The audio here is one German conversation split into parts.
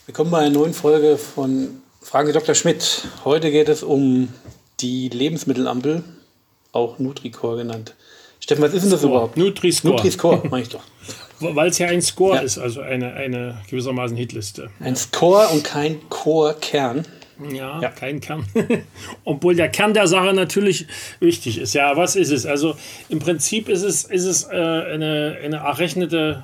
Willkommen bei einer neuen Folge von Fragen Sie Dr. Schmidt. Heute geht es um die Lebensmittelampel, auch Nutri-Score genannt. Steffen, was ist denn das überhaupt? Nutri-Score. Nutri-Score, meine ich doch. Weil es ja ein Score ist, also eine gewissermaßen Hitliste. Ein Score und kein Core-Kern. Ja, kein Kern. Obwohl der Kern der Sache natürlich wichtig ist. Ja, was ist es? Also im Prinzip ist es eine errechnete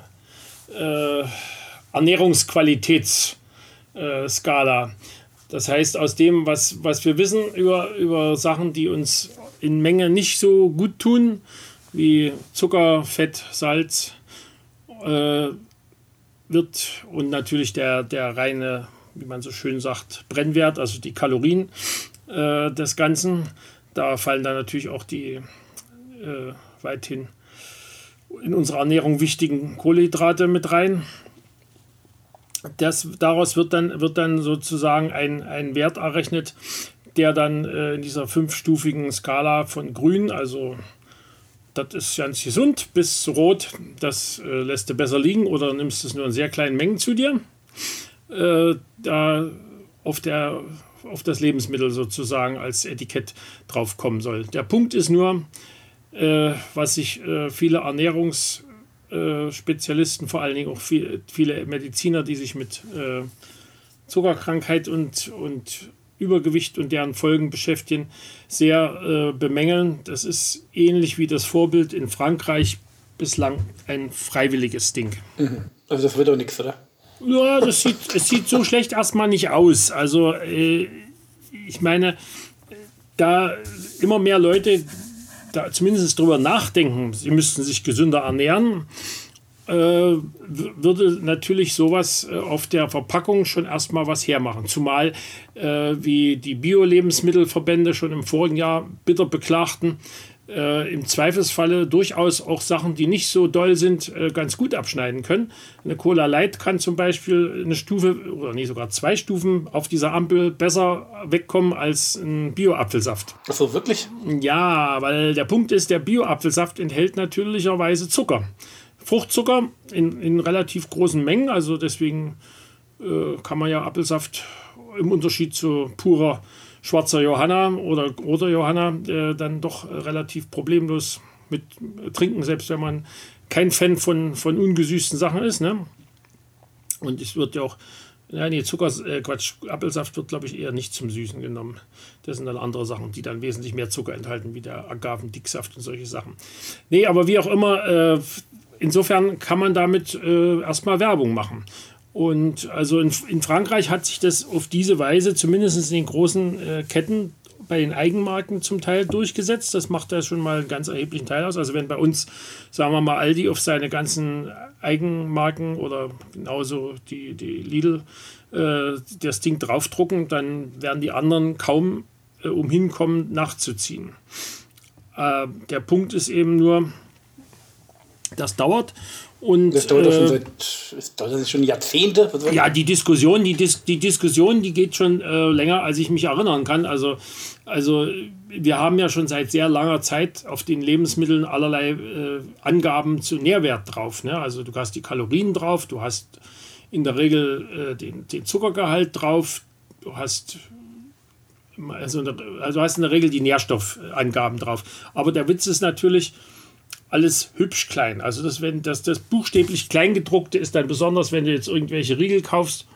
Ernährungsqualitätsskala. Das heißt, aus dem, was wir wissen über Sachen, die uns in Menge nicht so gut tun, wie Zucker, Fett, Salz, wird und natürlich der reine, wie man so schön sagt, Brennwert, also die Kalorien des Ganzen. Da fallen dann natürlich auch die weithin in unserer Ernährung wichtigen Kohlenhydrate mit rein. Daraus wird dann sozusagen ein Wert errechnet, der dann in dieser 5-stufigen Skala von grün, also das ist ganz gesund, bis rot, das lässt du besser liegen oder nimmst es nur in sehr kleinen Mengen zu dir, da auf das Lebensmittel sozusagen als Etikett drauf kommen soll. Der Punkt ist nur, was sich viele Ernährungsspezialisten, vor allen Dingen auch viele Mediziner, die sich mit Zuckerkrankheit und Übergewicht und deren Folgen beschäftigen, sehr bemängeln. Das ist ähnlich wie das Vorbild in Frankreich bislang ein freiwilliges Ding. Also das wird doch nichts, oder? Ja, es sieht so schlecht erstmal nicht aus. Also ich meine, da immer mehr Leute da zumindest drüber nachdenken, sie müssten sich gesünder ernähren, würde natürlich sowas auf der Verpackung schon erstmal was hermachen. Zumal wie die Bio-Lebensmittelverbände schon im vorigen Jahr bitter beklagten, im Zweifelsfalle durchaus auch Sachen, die nicht so doll sind, ganz gut abschneiden können. Eine Cola Light kann zum Beispiel eine Stufe oder sogar 2 Stufen auf dieser Ampel besser wegkommen als ein Bio-Apfelsaft. Ach so, wirklich? Ja, weil der Punkt ist, der Bio-Apfelsaft enthält natürlicherweise Zucker. Fruchtzucker in relativ großen Mengen, also deswegen kann man ja Apfelsaft im Unterschied zu purer schwarzer Johanna oder roter Johanna dann doch relativ problemlos mit trinken, selbst wenn man kein Fan von ungesüßten Sachen ist. Ne? Und es wird ja auch, Apfelsaft wird, glaube ich, eher nicht zum Süßen genommen. Das sind dann andere Sachen, die dann wesentlich mehr Zucker enthalten, wie der Agavendicksaft und solche Sachen. Nee, aber wie auch immer, insofern kann man damit erstmal Werbung machen. Und also in Frankreich hat sich das auf diese Weise, zumindest in den großen Ketten, bei den Eigenmarken zum Teil durchgesetzt. Das macht da schon mal einen ganz erheblichen Teil aus. Also wenn bei uns, sagen wir mal, Aldi auf seine ganzen Eigenmarken oder genauso die Lidl das Ding draufdrucken, dann werden die anderen kaum umhin kommen, nachzuziehen. Der Punkt ist eben nur, das dauert. Und, das dauert schon Jahrzehnte. Ja, die Diskussion, die geht schon länger, als ich mich erinnern kann. Also wir haben ja schon seit sehr langer Zeit auf den Lebensmitteln allerlei Angaben zu Nährwert drauf. Ne? Also du hast die Kalorien drauf, du hast in der Regel den Zuckergehalt drauf, du hast in der Regel die Nährstoffangaben drauf. Aber der Witz ist natürlich, alles hübsch klein. Also wenn das buchstäblich Kleingedruckte ist dann besonders, wenn du jetzt irgendwelche Riegel kaufst.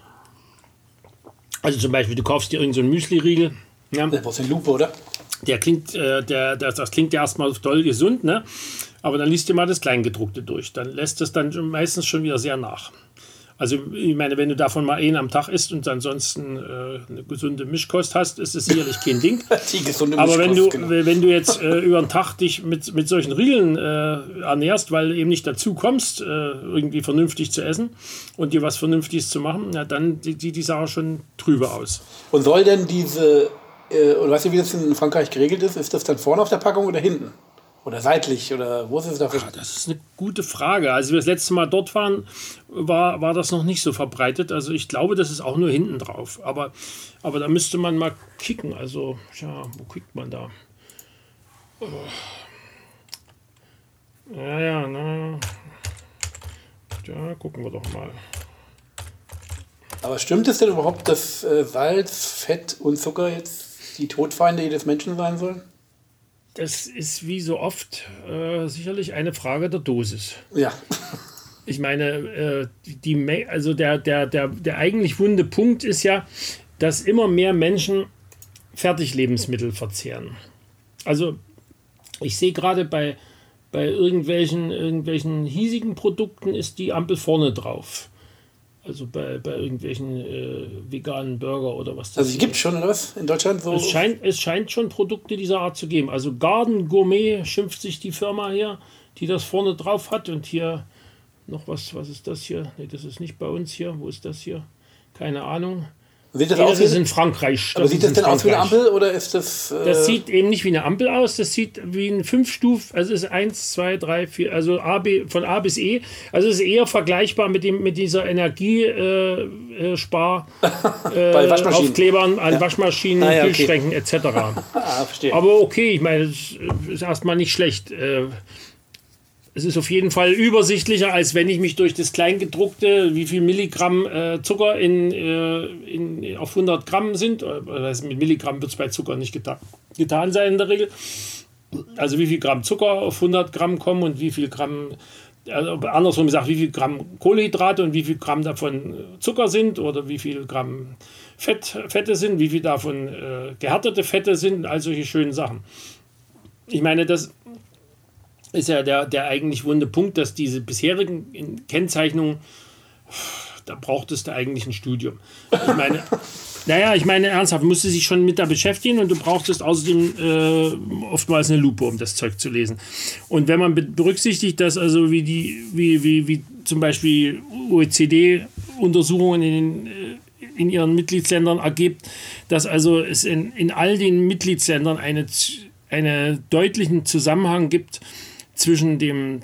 Also zum Beispiel, du kaufst dir irgendeinen so Müsli-Riegel. Ja. Der braucht eine Lupe, oder? Das klingt ja erstmal toll gesund, ne? Aber dann liest dir mal das Kleingedruckte durch. Dann lässt es dann meistens schon wieder sehr nach. Also ich meine, wenn du davon mal einen am Tag isst und ansonsten eine gesunde Mischkost hast, ist es sicherlich kein Ding. Die gesunde Aber Mischkost, wenn du jetzt über den Tag dich mit solchen Riegeln ernährst, weil du eben nicht dazu kommst, irgendwie vernünftig zu essen und dir was Vernünftiges zu machen, na, dann sieht die Sache schon trübe aus. Und soll denn diese, oder weißt du, wie das in Frankreich geregelt ist? Ist das dann vorne auf der Packung oder hinten? Oder seitlich? Oder wo ist es dafür? Das ist eine gute Frage. Als wir das letzte Mal dort waren, war das noch nicht so verbreitet. Also ich glaube, das ist auch nur hinten drauf. Aber da müsste man mal kicken. Also, ja, wo kickt man da? Ja, gucken wir doch mal. Aber stimmt es denn überhaupt, dass Salz, Fett und Zucker jetzt die Todfeinde jedes Menschen sein sollen? Das ist wie so oft sicherlich eine Frage der Dosis. Ja. Ich meine, also der eigentlich wunde Punkt ist ja, dass immer mehr Menschen Fertiglebensmittel verzehren. Also ich sehe gerade bei irgendwelchen hiesigen Produkten ist die Ampel vorne drauf. Also bei irgendwelchen veganen Burger oder was das Also die gibt es schon, oder was? In Deutschland so? Es scheint schon Produkte dieser Art zu geben. Also Garden Gourmet schimpft sich die Firma hier, die das vorne drauf hat. Und hier noch was ist das hier? Nee, das ist nicht bei uns hier. Wo ist das hier? Keine Ahnung. Sieht das, das ist in Frankreich. Aber sieht das denn aus wie eine Ampel oder ist das... Das sieht eben nicht wie eine Ampel aus, das sieht wie ein 5-Stuf, also es ist 1, 2, 3, 4, also von A bis E. Also es ist eher vergleichbar mit dieser Energiespar Aufklebern an Waschmaschinen, Kühlschränken etc. Verstehe. Aber okay, ich meine, es ist erstmal nicht schlecht. Es ist auf jeden Fall übersichtlicher, als wenn ich mich durch das Kleingedruckte, wie viel Milligramm Zucker auf 100 Gramm sind. Also mit Milligramm wird es bei Zucker nicht getan sein in der Regel. Also wie viel Gramm Zucker auf 100 Gramm kommen und wie viel Gramm, also andersrum gesagt, wie viel Gramm Kohlenhydrate und wie viel Gramm davon Zucker sind oder wie viel Gramm Fette sind, wie viel davon gehärtete Fette sind, all solche schönen Sachen. Ich meine, das ist ja der eigentlich wunde Punkt, dass diese bisherigen Kennzeichnungen, da brauchtest du eigentlich ein Studium. Ich meine, ernsthaft, musst du sich schon mit da beschäftigen und du brauchtest außerdem oftmals eine Lupe, um das Zeug zu lesen. Und wenn man berücksichtigt, dass also wie zum Beispiel OECD-Untersuchungen in ihren Mitgliedsländern ergibt, dass also es in all den Mitgliedsländern einen deutlichen Zusammenhang gibt zwischen dem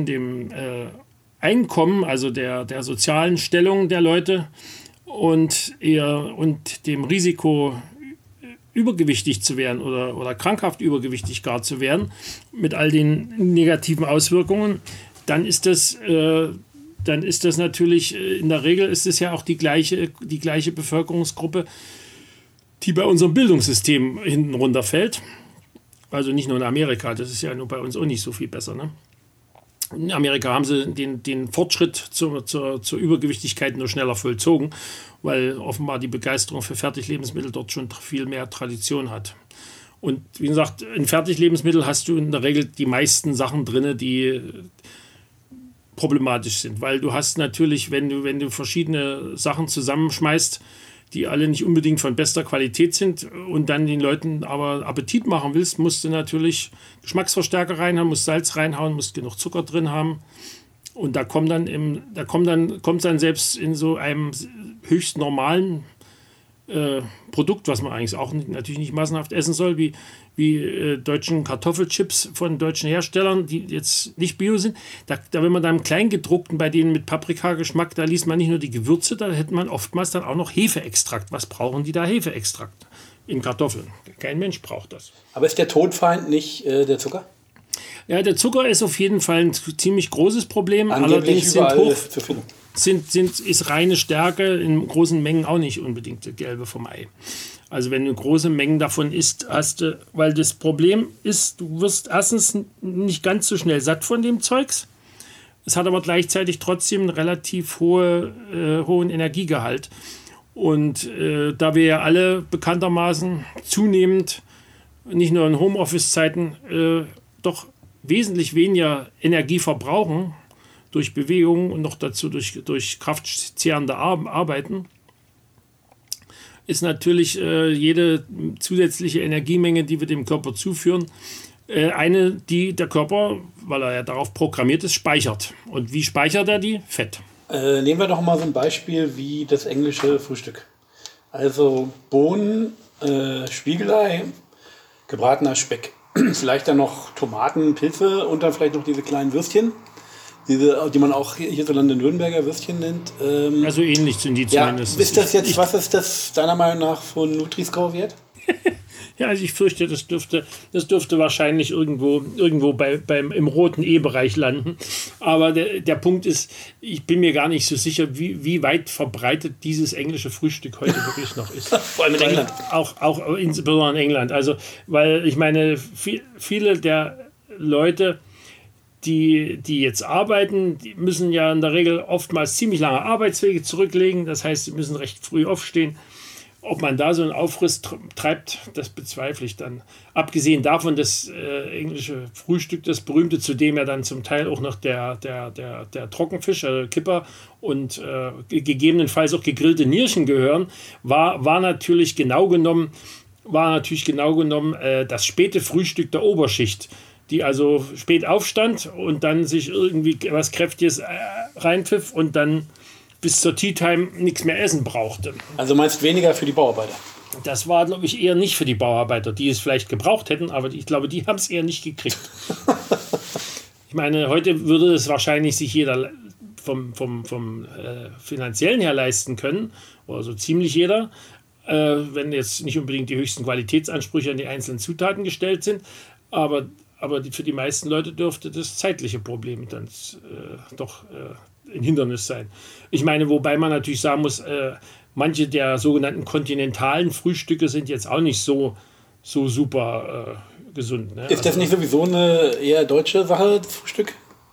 Einkommen, also der sozialen Stellung der Leute und dem Risiko, übergewichtig zu werden oder krankhaft übergewichtig gar zu werden, mit all den negativen Auswirkungen, dann ist das natürlich, in der Regel ist es ja auch die gleiche Bevölkerungsgruppe, die bei unserem Bildungssystem hinten runterfällt. Also nicht nur in Amerika, das ist ja nur bei uns auch nicht so viel besser. Ne? In Amerika haben sie den Fortschritt zur Übergewichtigkeit nur schneller vollzogen, weil offenbar die Begeisterung für Fertiglebensmittel dort schon viel mehr Tradition hat. Und wie gesagt, in Fertiglebensmitteln hast du in der Regel die meisten Sachen drin, die problematisch sind, weil du hast natürlich, wenn du verschiedene Sachen zusammenschmeißt, die alle nicht unbedingt von bester Qualität sind und dann den Leuten aber Appetit machen willst, musst du natürlich Geschmacksverstärker reinhauen, musst Salz reinhauen, musst genug Zucker drin haben. Und da kommt dann selbst in so einem höchst normalen Produkt, was man eigentlich auch natürlich nicht massenhaft essen soll, wie deutschen Kartoffelchips von deutschen Herstellern, die jetzt nicht bio sind. Wenn man da im Kleingedruckten bei denen mit Paprikageschmack, da liest man nicht nur die Gewürze, da hätte man oftmals dann auch noch Hefeextrakt. Was brauchen die da Hefeextrakt in Kartoffeln? Kein Mensch braucht das. Aber ist der Todfeind nicht der Zucker? Ja, der Zucker ist auf jeden Fall ein ziemlich großes Problem. Allerdings ist reine Stärke in großen Mengen auch nicht unbedingt das Gelbe vom Ei. Also wenn du große Mengen davon isst, weil das Problem ist, du wirst erstens nicht ganz so schnell satt von dem Zeugs. Es hat aber gleichzeitig trotzdem einen relativ hohen Energiegehalt. Und da wir ja alle bekanntermaßen zunehmend, nicht nur in Homeoffice-Zeiten, doch wesentlich weniger Energie verbrauchen durch Bewegung und noch dazu durch kraftzehrende Arbeiten, ist natürlich jede zusätzliche Energiemenge, die wir dem Körper zuführen, eine, die der Körper, weil er ja darauf programmiert ist, speichert. Und wie speichert er die? Fett. Nehmen wir doch mal so ein Beispiel wie das englische Frühstück. Also Bohnen, Spiegelei, gebratener Speck, vielleicht dann noch Tomaten, Pilze und dann vielleicht noch diese kleinen Würstchen. Die man auch hierzulande Nürnberger Würstchen nennt. Also ähnlich sind die zumindest. Was ist das deiner Meinung nach von Nutri-Score wert? Ja, also ich fürchte, das dürfte wahrscheinlich irgendwo im roten E-Bereich landen. Aber der Punkt ist, ich bin mir gar nicht so sicher, wie weit verbreitet dieses englische Frühstück heute wirklich noch ist. Vor allem in England. Auch insbesondere in England. Also, weil ich meine, viele der Leute, die jetzt arbeiten, die müssen ja in der Regel oftmals ziemlich lange Arbeitswege zurücklegen. Das heißt, sie müssen recht früh aufstehen. Ob man da so einen Aufriss treibt, das bezweifle ich dann. Abgesehen davon, das englische Frühstück, das berühmte, zu dem ja dann zum Teil auch noch der Trockenfisch, Kipper und gegebenenfalls auch gegrillte Nierchen gehören, war natürlich genau genommen das späte Frühstück der Oberschicht, die also spät aufstand und dann sich irgendwie was Kräftiges reinpfiff und dann bis zur Tea Time nichts mehr essen brauchte. Also meinst weniger für die Bauarbeiter? Das war, glaube ich, eher nicht für die Bauarbeiter, die es vielleicht gebraucht hätten, aber ich glaube, die haben es eher nicht gekriegt. Ich meine, heute würde es wahrscheinlich sich jeder vom Finanziellen her leisten können, oder so ziemlich jeder, wenn jetzt nicht unbedingt die höchsten Qualitätsansprüche an die einzelnen Zutaten gestellt sind, aber für die meisten Leute dürfte das zeitliche Problem dann doch ein Hindernis sein. Ich meine, wobei man natürlich sagen muss, manche der sogenannten kontinentalen Frühstücke sind jetzt auch nicht so super gesund. Ne? Ist das nicht sowieso eine eher deutsche Sache, das Frühstück?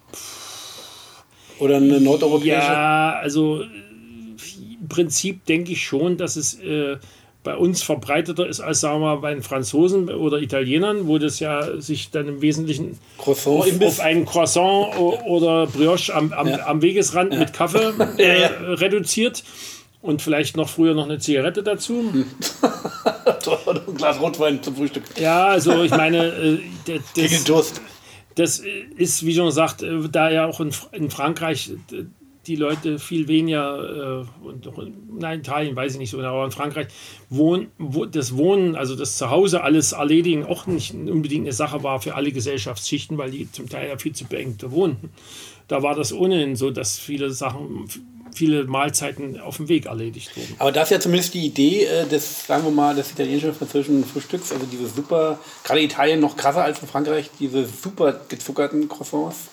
Oder eine nordeuropäische? Ja, also im Prinzip denke ich schon, dass es bei uns verbreiteter ist als, sagen wir mal, bei den Franzosen oder Italienern, wo das ja sich dann im Wesentlichen auf einen Croissant oder Brioche am Wegesrand mit Kaffee reduziert und vielleicht noch früher noch eine Zigarette dazu. Oder ein Glas Rotwein zum Frühstück. Ja, also ich meine, Durst. Das ist, wie schon gesagt, da ja auch in Frankreich die Leute viel weniger, in Italien weiß ich nicht so genau, aber in Frankreich das Wohnen, also das Zuhause alles erledigen, auch nicht unbedingt eine Sache war für alle Gesellschaftsschichten, weil die zum Teil ja viel zu beengt wohnten. Da war das ohnehin so, dass viele Mahlzeiten auf dem Weg erledigt wurden. Aber das ist ja zumindest die Idee des, sagen wir mal, des italienischen französischen Frühstücks, also diese super, gerade Italien noch krasser als in Frankreich, diese super gezuckerten Croissants.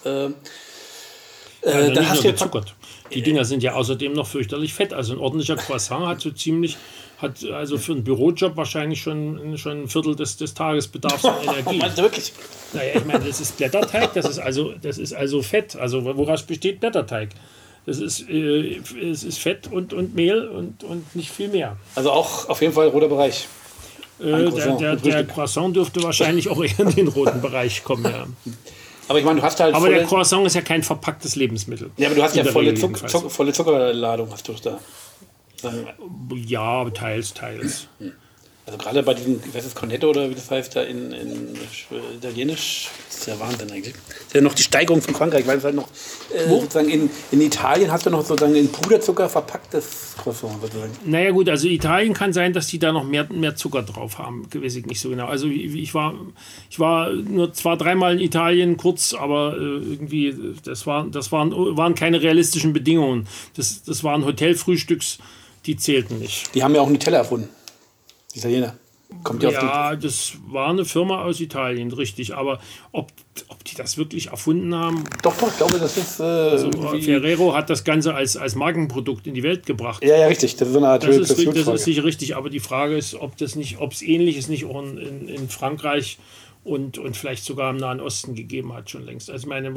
Da hast du gezuckert. Die Dinger sind ja außerdem noch fürchterlich fett. Also ein ordentlicher Croissant hat also für einen Bürojob wahrscheinlich schon ein Viertel des Tagesbedarfs an Energie. Meinst du wirklich? Naja, ich meine, das ist Blätterteig, das ist also Fett. Also woraus besteht Blätterteig? Es ist Fett und Mehl und nicht viel mehr. Also auch auf jeden Fall roter Bereich. Der Croissant dürfte wahrscheinlich auch eher in den roten Bereich kommen, ja. Aber ich meine, du hast halt. Aber der Croissant ist ja kein verpacktes Lebensmittel. Ja, aber du hast ja volle Zuckerladung, hast du da. Ja, teils. Also gerade bei diesem, ich weiß nicht, Cornetto oder wie das heißt, da in Italienisch, das ist ja Wahnsinn eigentlich. Das ist ja noch die Steigerung von Frankreich, weil es halt noch sozusagen in Italien hast du noch sozusagen in Puderzucker verpacktes Croissant sozusagen. Naja gut, also Italien kann sein, dass die da noch mehr Zucker drauf haben, weiß ich nicht so genau. Also ich war nur 2-3 Mal in Italien kurz, aber irgendwie, das waren keine realistischen Bedingungen. Das waren Hotelfrühstücks, die zählten nicht. Die haben ja auch Nutella erfunden. Die Italiener. Das war eine Firma aus Italien, richtig. Aber ob die das wirklich erfunden haben? Doch, ich glaube, das ist... Ferrero hat das Ganze als Markenprodukt in die Welt gebracht. Ja, richtig. Das ist so eine Art Das ist sicher richtig. Aber die Frage ist, ob es Ähnliches nicht auch in Frankreich und vielleicht sogar im Nahen Osten gegeben hat schon längst. Also ich meine,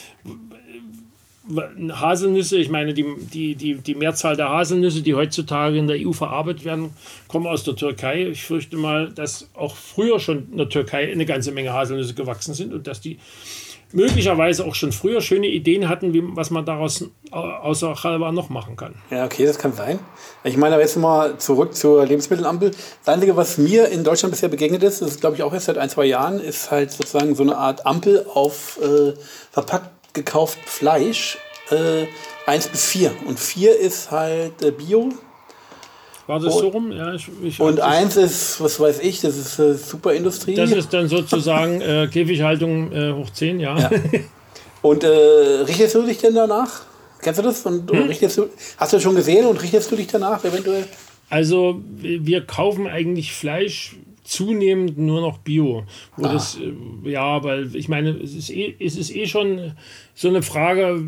Haselnüsse, ich meine, die Mehrzahl der Haselnüsse, die heutzutage in der EU verarbeitet werden, kommen aus der Türkei. Ich fürchte mal, dass auch früher schon in der Türkei eine ganze Menge Haselnüsse gewachsen sind und dass die möglicherweise auch schon früher schöne Ideen hatten, was man daraus außer Chalva noch machen kann. Ja, okay, das kann sein. Ich meine, aber jetzt mal zurück zur Lebensmittelampel. Das Einzige, was mir in Deutschland bisher begegnet ist, das ist, glaube ich, auch erst seit 1-2 Jahren, ist halt sozusagen so eine Art Ampel auf verpackt gekauft Fleisch 1 bis 4. Und 4 ist halt Bio. War das so rum? Ja, und 1 ist, was weiß ich, das ist Superindustrie. Das ist dann sozusagen Käfighaltung hoch 10, ja. Und richtest du dich denn danach? Kennst du das? Und hast du das schon gesehen und richtest du dich danach eventuell? Also wir kaufen eigentlich Fleisch zunehmend nur noch Bio. Wo das, weil ich meine, es ist schon so eine Frage,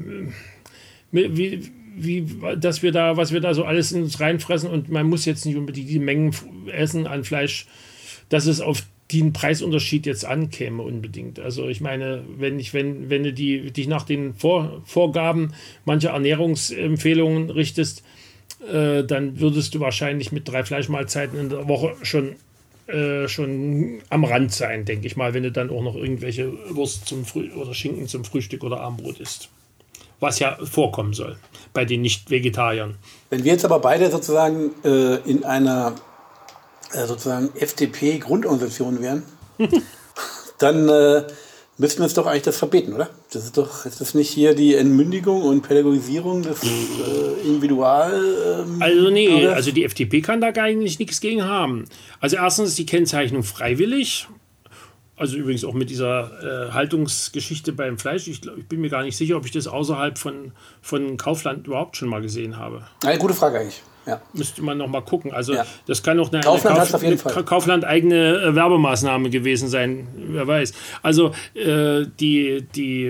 was wir da so alles ins reinfressen, und man muss jetzt nicht unbedingt die Mengen essen an Fleisch, dass es auf den Preisunterschied jetzt ankäme unbedingt. Also ich meine, wenn du dich nach den Vorgaben mancher Ernährungsempfehlungen richtest, dann würdest du wahrscheinlich mit 3 Fleischmahlzeiten in der Woche schon am Rand sein, denke ich mal, wenn du dann auch noch irgendwelche Wurst oder Schinken zum Frühstück oder Abendbrot isst. Was ja vorkommen soll bei den Nicht-Vegetariern. Wenn wir jetzt aber beide sozusagen in einer sozusagen FDP-Grundorganisation wären, dann müssten wir uns doch eigentlich das verbieten, oder? Ist das nicht hier die Entmündigung und Pädagogisierung des Individual? Also die FDP kann da gar nichts gegen haben. Also erstens ist die Kennzeichnung freiwillig. Also übrigens auch mit dieser Haltungsgeschichte beim Fleisch. Ich bin mir gar nicht sicher, ob ich das außerhalb von Kaufland überhaupt schon mal gesehen habe. Eine gute Frage eigentlich. Ja. Müsste man noch mal gucken. Also das kann auch eine Kaufland-eigene Werbemaßnahme gewesen sein, wer weiß. Also wie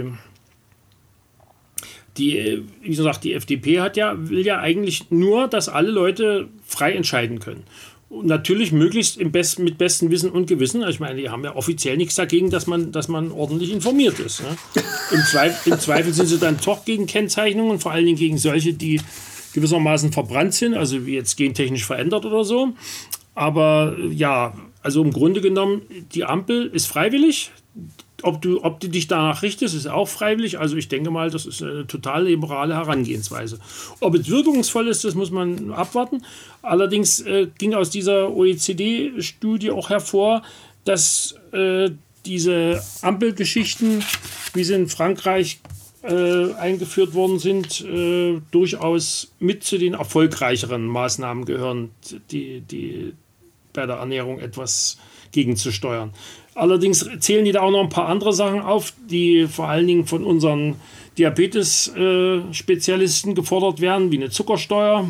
gesagt, die FDP will ja eigentlich nur, dass alle Leute frei entscheiden können. Und natürlich möglichst mit bestem Wissen und Gewissen. Ich meine, die haben ja offiziell nichts dagegen, dass man ordentlich informiert ist. Ne? Im Zweifel sind sie dann doch gegen Kennzeichnungen, vor allen Dingen gegen solche, die gewissermaßen verbrannt sind, also wie jetzt gentechnisch verändert oder so. Aber also im Grunde genommen, die Ampel ist freiwillig. Ob du dich danach richtest, ist auch freiwillig. Also ich denke mal, das ist eine total liberale Herangehensweise. Ob es wirkungsvoll ist, das muss man abwarten. Allerdings ging aus dieser OECD-Studie auch hervor, dass diese Ampelgeschichten, wie sie in Frankreich eingeführt worden sind, durchaus mit zu den erfolgreicheren Maßnahmen gehören, die bei der Ernährung etwas gegenzusteuern. Allerdings zählen die da auch noch ein paar andere Sachen auf, die vor allen Dingen von unseren Diabetes-Spezialisten gefordert werden, wie eine Zuckersteuer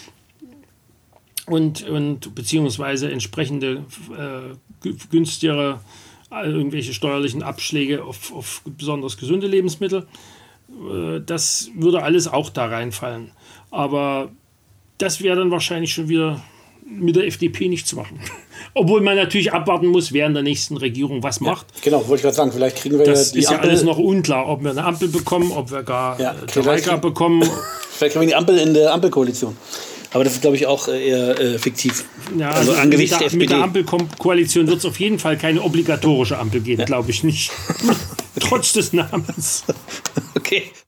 und beziehungsweise entsprechende günstigere irgendwelche steuerlichen Abschläge auf besonders gesunde Lebensmittel. Das würde alles auch da reinfallen. Aber das wäre dann wahrscheinlich schon wieder mit der FDP nicht zu machen. Obwohl man natürlich abwarten muss, wer in der nächsten Regierung was macht. Genau, wollte ich gerade sagen. Vielleicht kriegen wir das die ist Ampel. Ja alles noch unklar, ob wir eine Ampel bekommen, ob wir gar Jamaika bekommen. Vielleicht kriegen wir die Ampel in der Ampelkoalition. Aber das ist, glaube ich, auch eher fiktiv. Ja, also angesichts der SPD. Mit der Ampelkoalition wird es auf jeden Fall keine obligatorische Ampel geben, glaube ich nicht. Trotz des Namens. Okay.